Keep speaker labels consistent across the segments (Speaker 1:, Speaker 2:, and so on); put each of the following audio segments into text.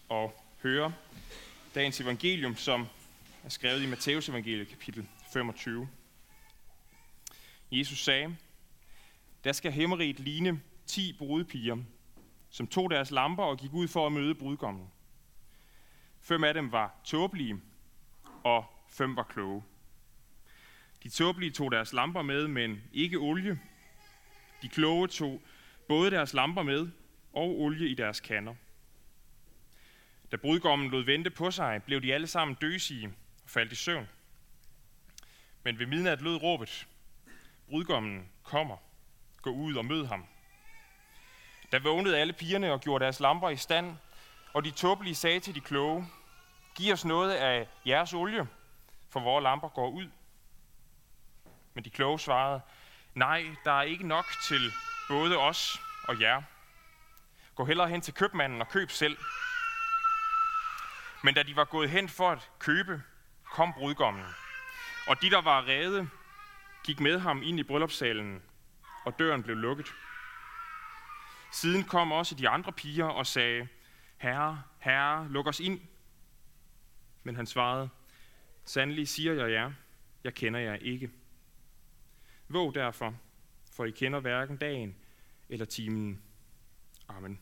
Speaker 1: at høre dagens evangelium, som er skrevet i Matteus evangeliet, kapitel 25. Jesus sagde, der skal himmeriget ligne 10 brudepiger, som tog deres lamper og gik ud for at møde brudgommen. 5 af dem var tåbelige, og 5 var kloge. De tåbelige tog deres lamper med, men ikke olie. De kloge tog både deres lamper med og olie i deres kander. Da brudgommen lod vente på sig, blev de alle sammen døsige og faldt i søvn. Men ved midnat lød råbet, brudgommen kommer, gå ud og mød ham. Da vågnede alle pigerne og gjorde deres lamper i stand, og de tåbelige sagde til de kloge, giv os noget af jeres olie, for vores lamper går ud. Men de kloge svarede, nej, der er ikke nok til både os og jer. Gå hellere hen til købmanden og køb selv. Men da de var gået hen for at købe, kom brudgommen. Og de, der var rede, gik med ham ind i bryllupssalen, og døren blev lukket. Siden kom også de andre piger og sagde, Herre, Herre, luk os ind. Men han svarede, sandelig siger jeg jer, jeg kender jer ikke. Våg derfor, for I kender hverken dagen eller timen. Amen.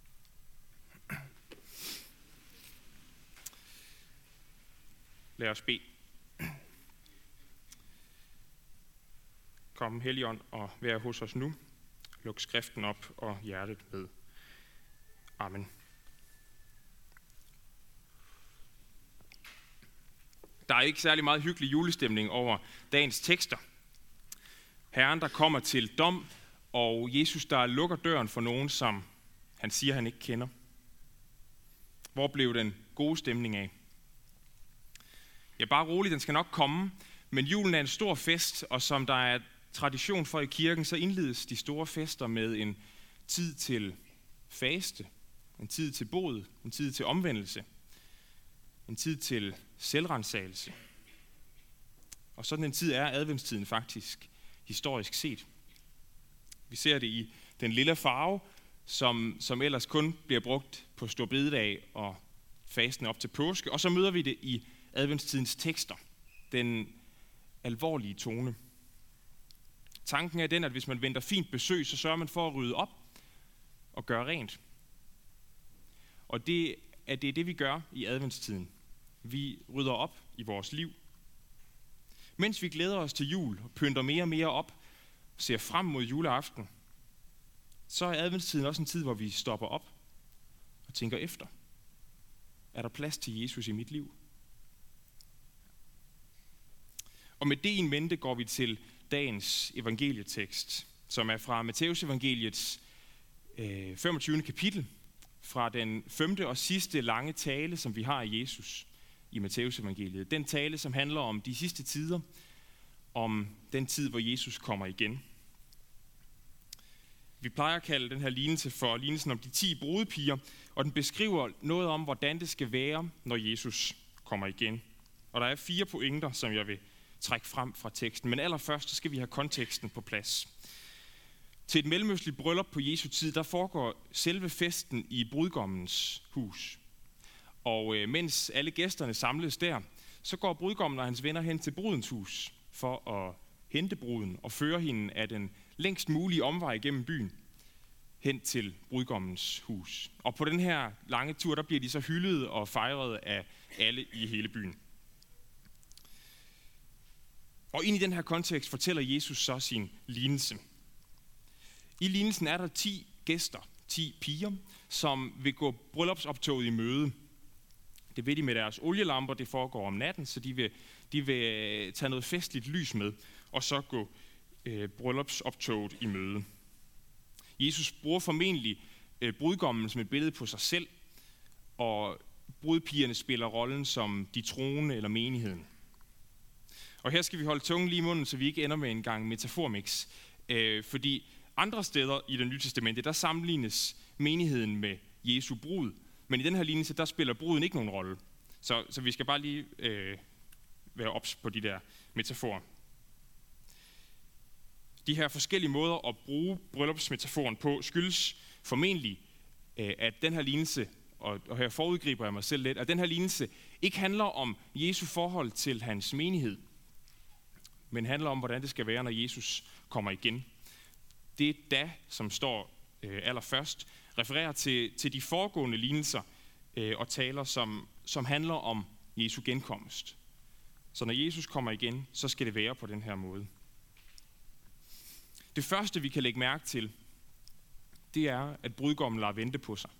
Speaker 1: Lad os bede. Kom, Helligånd, og vær hos os nu. Luk skriften op og hjertet med. Amen. Der er ikke særlig meget hyggelig julestemning over dagens tekster. Herren, der kommer til dom, og Jesus, der lukker døren for nogen, som han siger, han ikke kender. Hvor blev den gode stemning af? Ja, bare roligt, den skal nok komme, men julen er en stor fest, og som der er tradition for i kirken, så indledes de store fester med en tid til faste, en tid til bod, en tid til omvendelse, en tid til selvrensagelse. Og sådan en tid er adventstiden faktisk, historisk set. Vi ser det i den lille farve, som ellers kun bliver brugt på store bededag og fasten op til påske. Og så møder vi det i adventstidens tekster, den alvorlige tone. Tanken er den, at hvis man venter fint besøg, så sørger man for at rydde op og gøre rent. Og det er det, vi gør i adventstiden. Vi rydder op i vores liv. Mens vi glæder os til jul og pynter mere og mere op og ser frem mod juleaften, så er adventstiden også en tid, hvor vi stopper op og tænker efter. Er der plads til Jesus i mit liv? Og med det in mente går vi til dagens evangelietekst, som er fra Matteus evangeliets 25. kapitel, fra den 5. og sidste lange tale, som vi har af Jesus i Matteus evangeliet. Den tale, som handler om de sidste tider, om den tid, hvor Jesus kommer igen. Vi plejer at kalde den her lignelse for lignelsen om de 10 brudepiger, og den beskriver noget om, hvordan det skal være, når Jesus kommer igen. Og der er 4 pointer, som jeg vil trække frem fra teksten. Men allerførst skal vi have konteksten på plads. Til et mellemøstligt bryllup på Jesu tid, der foregår selve festen i brudgommens hus. Og mens alle gæsterne samles der, så går brudgommen og hans venner hen til brudens hus for at hente bruden og føre hende af den længst mulige omvej gennem byen hen til brudgommens hus. Og på den her lange tur, der bliver de så hyldet og fejret af alle i hele byen. Og ind i den her kontekst fortæller Jesus så sin lignelse. I lignelsen er der 10 gæster, 10 piger, som vil gå bryllupsoptoget i møde. Det vil de med deres olielamper, det foregår om natten, så de vil tage noget festligt lys med, og så gå bryllupsoptoget i møde. Jesus bruger formentlig brudgommen som et billede på sig selv, og brudpigerne spiller rollen som de troende eller menigheden. Og her skal vi holde tungen lige i munden, så vi ikke ender med en gang metaformix. Fordi andre steder i Det Nye Testamente, der sammenlignes menigheden med Jesu brud. Men i den her lignelse, der spiller bruden ikke nogen rolle. Så vi skal bare lige være ops på de der metaforer. De her forskellige måder at bruge bryllupsmetaforen på skyldes formentlig, at den her lignelse og her forudgriber jeg mig selv lidt, at den her lignelse ikke handler om Jesu forhold til hans menighed, men handler om, hvordan det skal være, når Jesus kommer igen. Det da, som står allerførst, refererer til de foregående lignelser og taler, som handler om Jesu genkomst. Så når Jesus kommer igen, så skal det være på den her måde. Det første, vi kan lægge mærke til, det er, at brudgommen lader vente på sig.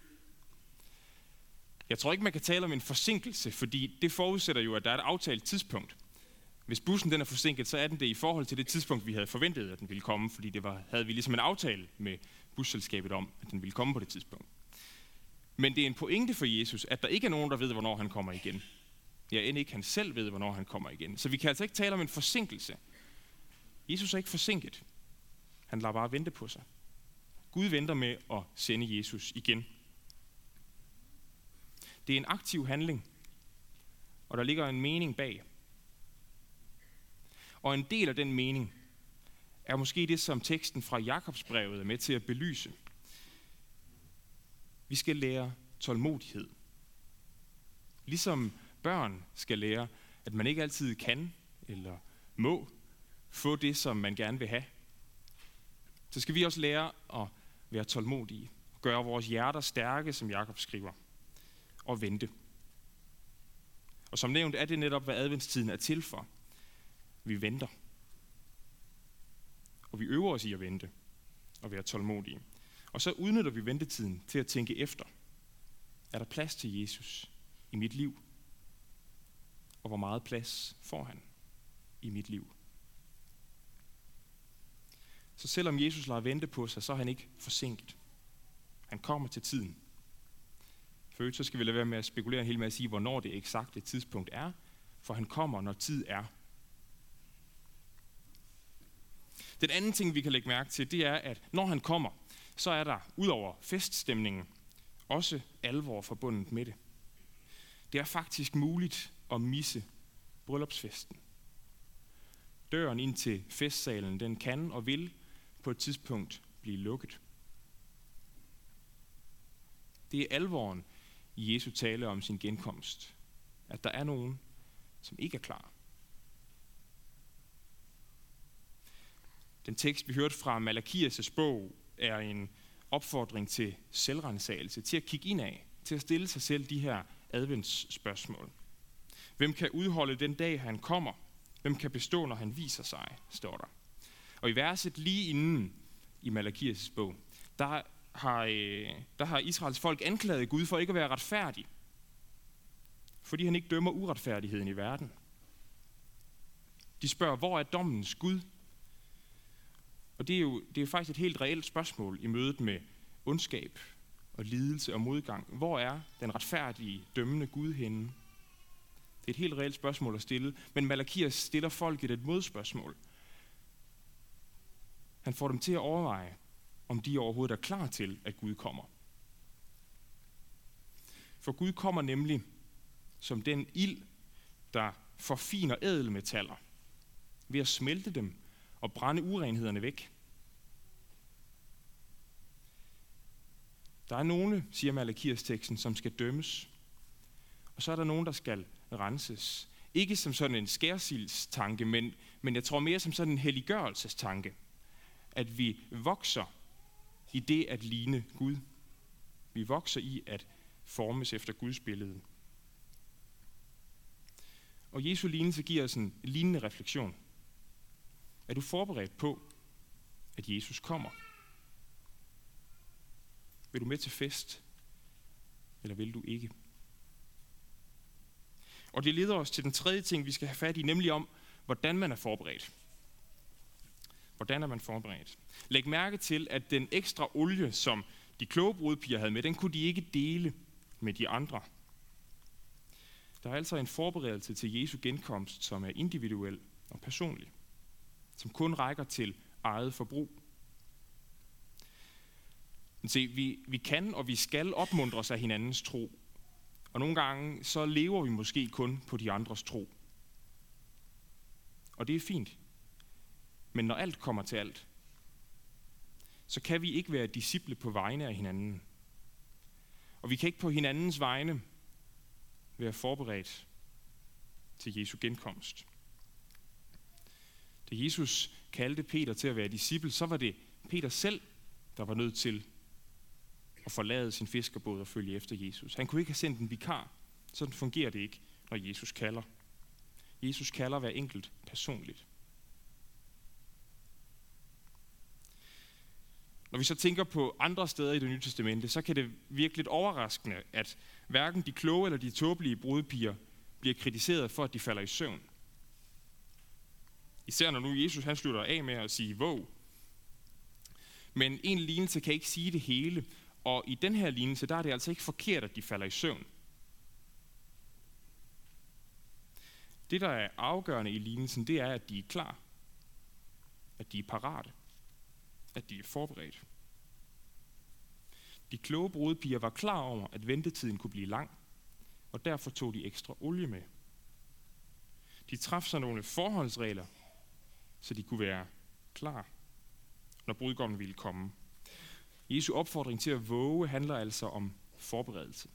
Speaker 1: Jeg tror ikke, man kan tale om en forsinkelse, fordi det forudsætter jo, at der er et aftalt tidspunkt. Hvis bussen den er forsinket, så er den det i forhold til det tidspunkt, vi havde forventet, at den ville komme, fordi havde vi ligesom en aftale med busselskabet om, at den ville komme på det tidspunkt. Men det er en pointe for Jesus, at der ikke er nogen, der ved, hvornår han kommer igen. Ja, end ikke han selv ved, hvornår han kommer igen. Så vi kan altså ikke tale om en forsinkelse. Jesus er ikke forsinket. Han lader bare vente på sig. Gud venter med at sende Jesus igen. Det er en aktiv handling, og der ligger en mening bag. Og en del af den mening er måske det, som teksten fra Jakobsbrevet er med til at belyse. Vi skal lære tålmodighed. Ligesom børn skal lære, at man ikke altid kan eller må få det, som man gerne vil have, så skal vi også lære at være tålmodige, gøre vores hjerter stærke, som Jakob skriver, og vente. Og som nævnt er det netop, hvad adventstiden er til for. Vi venter. Og vi øver os i at vente og være tålmodige. Og så udnytter vi ventetiden til at tænke efter. Er der plads til Jesus i mit liv? Og hvor meget plads får han i mit liv? Så selvom Jesus lader vente på sig, så er han ikke forsinket. Han kommer til tiden. For øvrigt, så skal vi lade være med at spekulere en hel masse i, hvornår det eksakte tidspunkt er, for han kommer, når tid er. Den anden ting, vi kan lægge mærke til, det er, at når han kommer, så er der, ud over feststemningen, også alvor forbundet med det. Det er faktisk muligt at misse bryllupsfesten. Døren ind til festsalen, den kan og vil på et tidspunkt blive lukket. Det er alvoren i Jesu tale om sin genkomst, at der er nogen, som ikke er klar. Den tekst, vi hørte fra Malakias' bog, er en opfordring til selvrensagelse, til at kigge indad, til at stille sig selv de her adventsspørgsmål. Hvem kan udholde den dag, han kommer? Hvem kan bestå, når han viser sig, står der. Og i verset lige inden i Malakias' bog, der har Israels folk anklaget Gud for ikke at være retfærdig, fordi han ikke dømmer uretfærdigheden i verden. De spørger, hvor er dommens Gud? Og det er jo faktisk et helt reelt spørgsmål i mødet med ondskab og lidelse og modgang. Hvor er den retfærdige, dømmende Gud henne? Det er et helt reelt spørgsmål at stille, men Malakias stiller folket et modspørgsmål. Han får dem til at overveje, om de overhovedet er klar til, at Gud kommer. For Gud kommer nemlig som den ild, der forfiner ædelmetaller, ved at smelte dem og brænde urenhederne væk. Der er nogle, siger Malakias-teksten, som skal dømmes, og så er der nogen, der skal renses. Ikke som sådan en skærsildstanke, men jeg tror mere som sådan en helliggørelsestanke. At vi vokser i det at ligne Gud. Vi vokser i at formes efter Guds billede. Og Jesu lignelse giver os en lignende refleksion. Er du forberedt på, at Jesus kommer? Vil du med til fest, eller vil du ikke? Og det leder os til den tredje ting, vi skal have fat i, nemlig om, hvordan man er forberedt. Hvordan er man forberedt? Læg mærke til, at den ekstra olie, som de kloge brudpiger havde med, den kunne de ikke dele med de andre. Der er altså en forberedelse til Jesu genkomst, som er individuel og personlig, som kun rækker til eget forbrug. Se, vi kan og vi skal opmuntres af hinandens tro, og nogle gange så lever vi måske kun på de andres tro. Og det er fint. Men når alt kommer til alt, så kan vi ikke være disciple på vegne af hinanden. Og vi kan ikke på hinandens vegne være forberedt til Jesu genkomst. Da Jesus kaldte Peter til at være disciple, så var det Peter selv, der var nødt til at forlade sin fiskerbåd og følge efter Jesus. Han kunne ikke have sendt en vikar. Sådan fungerer det ikke, når Jesus kalder. Jesus kalder hver enkelt personligt. Når vi så tænker på andre steder i Det Nye Testamente, så kan det virke lidt overraskende, at hverken de kloge eller de tåbelige brudepiger bliver kritiseret for, at de falder i søvn. Især når nu Jesus han slutter af med at sige, våg. Men en lignelse kan ikke sige det hele, og i den her lignelse, der er det altså ikke forkert, at de falder i søvn. Det, der er afgørende i lignelsen, det er, at de er klar. At de er parate. At de er forberedt. De kloge brudepiger var klar over, at ventetiden kunne blive lang, og derfor tog de ekstra olie med. De traf sig nogle forholdsregler, så de kunne være klar, når brudgommen ville komme. Jesu opfordring til at våge handler altså om forberedelse.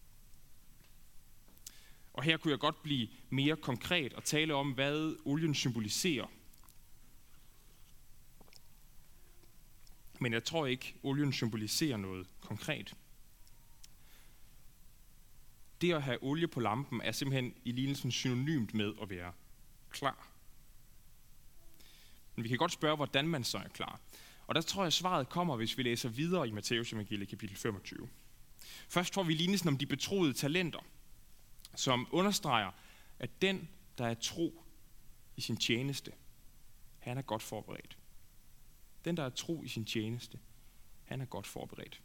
Speaker 1: Og her kunne jeg godt blive mere konkret og tale om, hvad olien symboliserer. Men jeg tror ikke, olien symboliserer noget konkret. Det at have olie på lampen er simpelthen i lignelsen synonymt med at være klar. Men vi kan godt spørge, hvordan man så er klar. Og der tror jeg, svaret kommer, hvis vi læser videre i Matthæus evangeliet kapitel 25. Først får vi lignelsen om de betroede talenter, som understreger, at den, der er tro i sin tjeneste, han er godt forberedt. Den, der er tro i sin tjeneste, han er godt forberedt.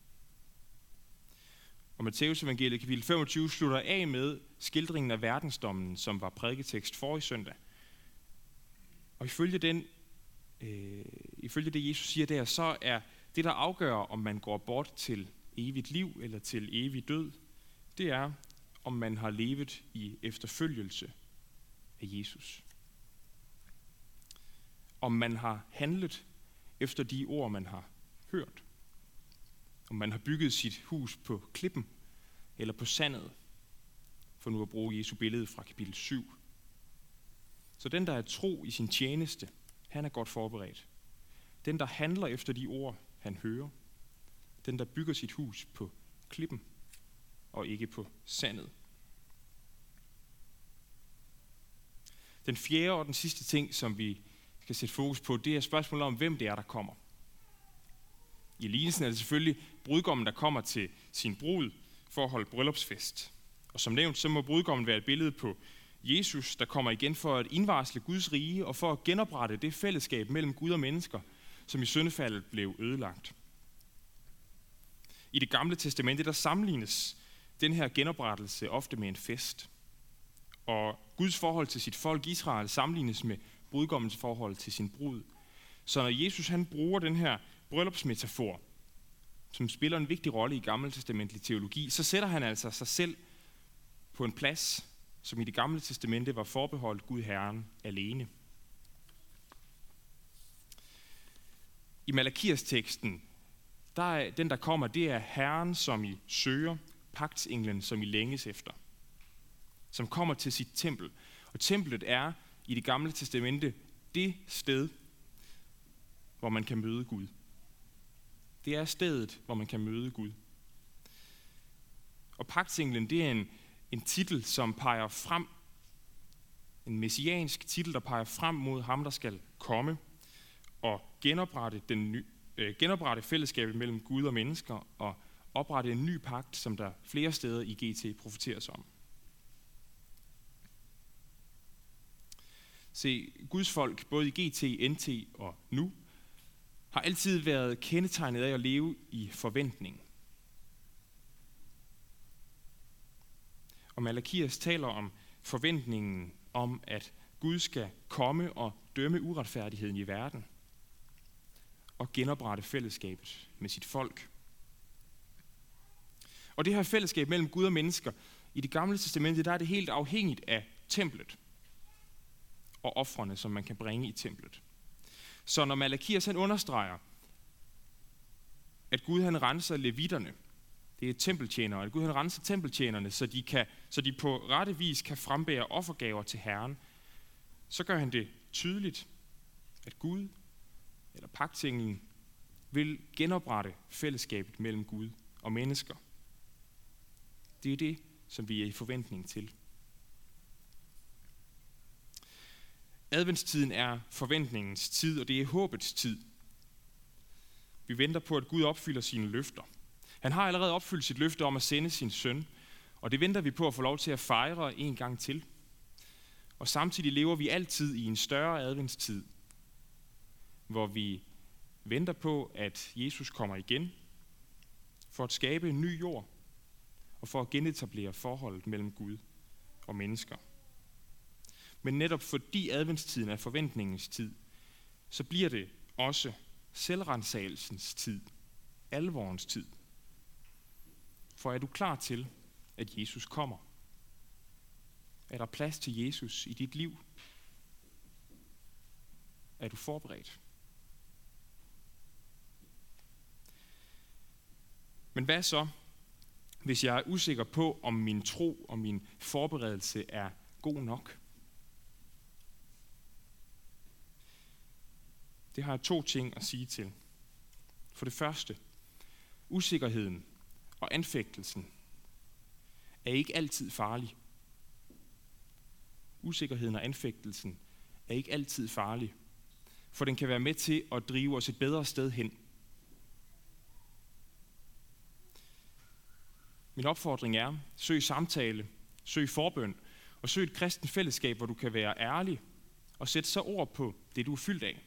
Speaker 1: Og Matthæus evangeliet kapitel 25 slutter af med skildringen af verdensdommen, som var prædiketekst forrige søndag. Og ifølge det, Jesus siger der, så er det, der afgør, om man går bort til evigt liv eller til evig død, det er, om man har levet i efterfølgelse af Jesus. Om man har handlet efter de ord, man har hørt. Om man har bygget sit hus på klippen eller på sandet, for nu at bruge Jesu billede fra kapitel 7. Så den, der er tro i sin tjeneste, han er godt forberedt. Den, der handler efter de ord, han hører. Den, der bygger sit hus på klippen og ikke på sandet. Den fjerde og den sidste ting, som vi skal sætte fokus på, det er spørgsmålet om, hvem det er, der kommer. I lignelsen er det selvfølgelig brudgommen, der kommer til sin brud for at holde bryllupsfest. Og som nævnt, så må brudgommen være et billede på Jesus, der kommer igen for at indvarsle Guds rige og for at genoprette det fællesskab mellem Gud og mennesker, som i syndefaldet blev ødelagt. I Det Gamle Testamente, der sammenlignes den her genoprettelse ofte med en fest. Og Guds forhold til sit folk Israel sammenlignes med brudgommens forhold til sin brud. Så når Jesus han bruger den her bryllupsmetafor, som spiller en vigtig rolle i gammeltestamentlig teologi, så sætter han altså sig selv på en plads, som i Det Gamle Testamente var forbeholdt Gud Herren alene. I Malakias-teksten, der er den, der kommer, det er Herren, som I søger, pagtsenglen, som I længes efter, som kommer til sit tempel. Og templet er i Det Gamle Testamente det sted, hvor man kan møde Gud. Det er stedet, hvor man kan møde Gud. Og pagtsenglen, det er en titel, som peger frem, en messiansk titel, der peger frem mod ham, der skal komme og genoprette fællesskabet mellem Gud og mennesker og oprette en ny pagt, som der flere steder i GT profeteres om. Se, Guds folk, både i GT, NT og nu, har altid været kendetegnet af at leve i forventning. Og Malakias taler om forventningen om, at Gud skal komme og dømme uretfærdigheden i verden og genoprette fællesskabet med sit folk. Og det her fællesskab mellem Gud og mennesker, i Det Gamle Testamente, der er det helt afhængigt af templet og ofrene, som man kan bringe i templet. Så når Malakias han understreger, at Gud han renser levitterne, Det er tempeltjenere, at Gud han renser tempeltjenerne, så de på rette vis kan frembære offergaver til Herren. Så gør han det tydeligt, at Gud, eller pagtenglen, vil genoprette fællesskabet mellem Gud og mennesker. Det er det, som vi er i forventning til. Adventstiden er forventningens tid, og det er håbets tid. Vi venter på, at Gud opfylder sine løfter. Han har allerede opfyldt sit løfte om at sende sin søn, og det venter vi på at få lov til at fejre en gang til. Og samtidig lever vi altid i en større adventstid, hvor vi venter på, at Jesus kommer igen for at skabe en ny jord og for at genetablere forholdet mellem Gud og mennesker. Men netop fordi adventstiden er forventningens tid, så bliver det også selvransagelsens tid, alvorens tid. For er du klar til, at Jesus kommer? Er der plads til Jesus i dit liv? Er du forberedt? Men hvad så, hvis jeg er usikker på, om min tro og min forberedelse er god nok? Det har jeg 2 ting at sige til. For det første, usikkerheden og anfægtelsen er ikke altid farlig. Usikkerheden og anfægtelsen er ikke altid farlig, for den kan være med til at drive os et bedre sted hen. Min opfordring er, søg samtale, søg forbøn, og søg et kristent fællesskab, hvor du kan være ærlig og sætte så ord på det, du er fyldt af.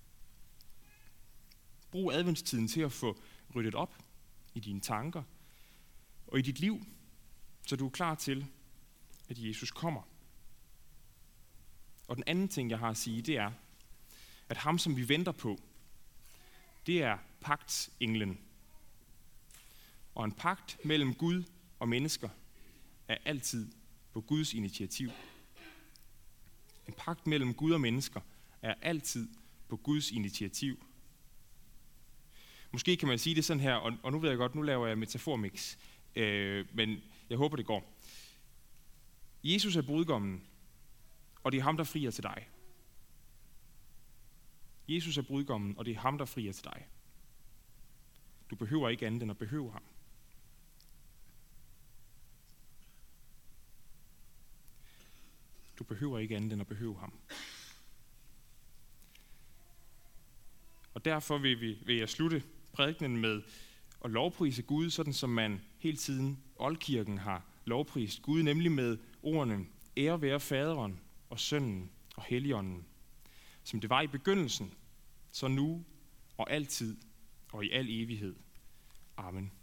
Speaker 1: Brug adventstiden til at få ryddet op i dine tanker og i dit liv, så du er klar til, at Jesus kommer. Og den anden ting, jeg har at sige, det er, at ham, som vi venter på, det er pagtsenglen. Og en pagt mellem Gud og mennesker er altid på Guds initiativ. En pagt mellem Gud og mennesker er altid på Guds initiativ. Måske kan man sige det sådan her, og nu ved jeg godt, nu laver jeg metaformix, men jeg håber, det går. Jesus er brudgommen, og det er ham, der frier til dig. Jesus er brudgommen, og det er ham, der frier til dig. Du behøver ikke andet end at behøve ham. Du behøver ikke andet end at behøve ham. Og derfor vil jeg slutte prædikenen med at lovprise Gud, sådan som man hele tiden oldkirken har lovprist Gud, nemlig med ordene: ære være faderen og sønnen og helligånden, som det var i begyndelsen, så nu og altid og i al evighed. Amen.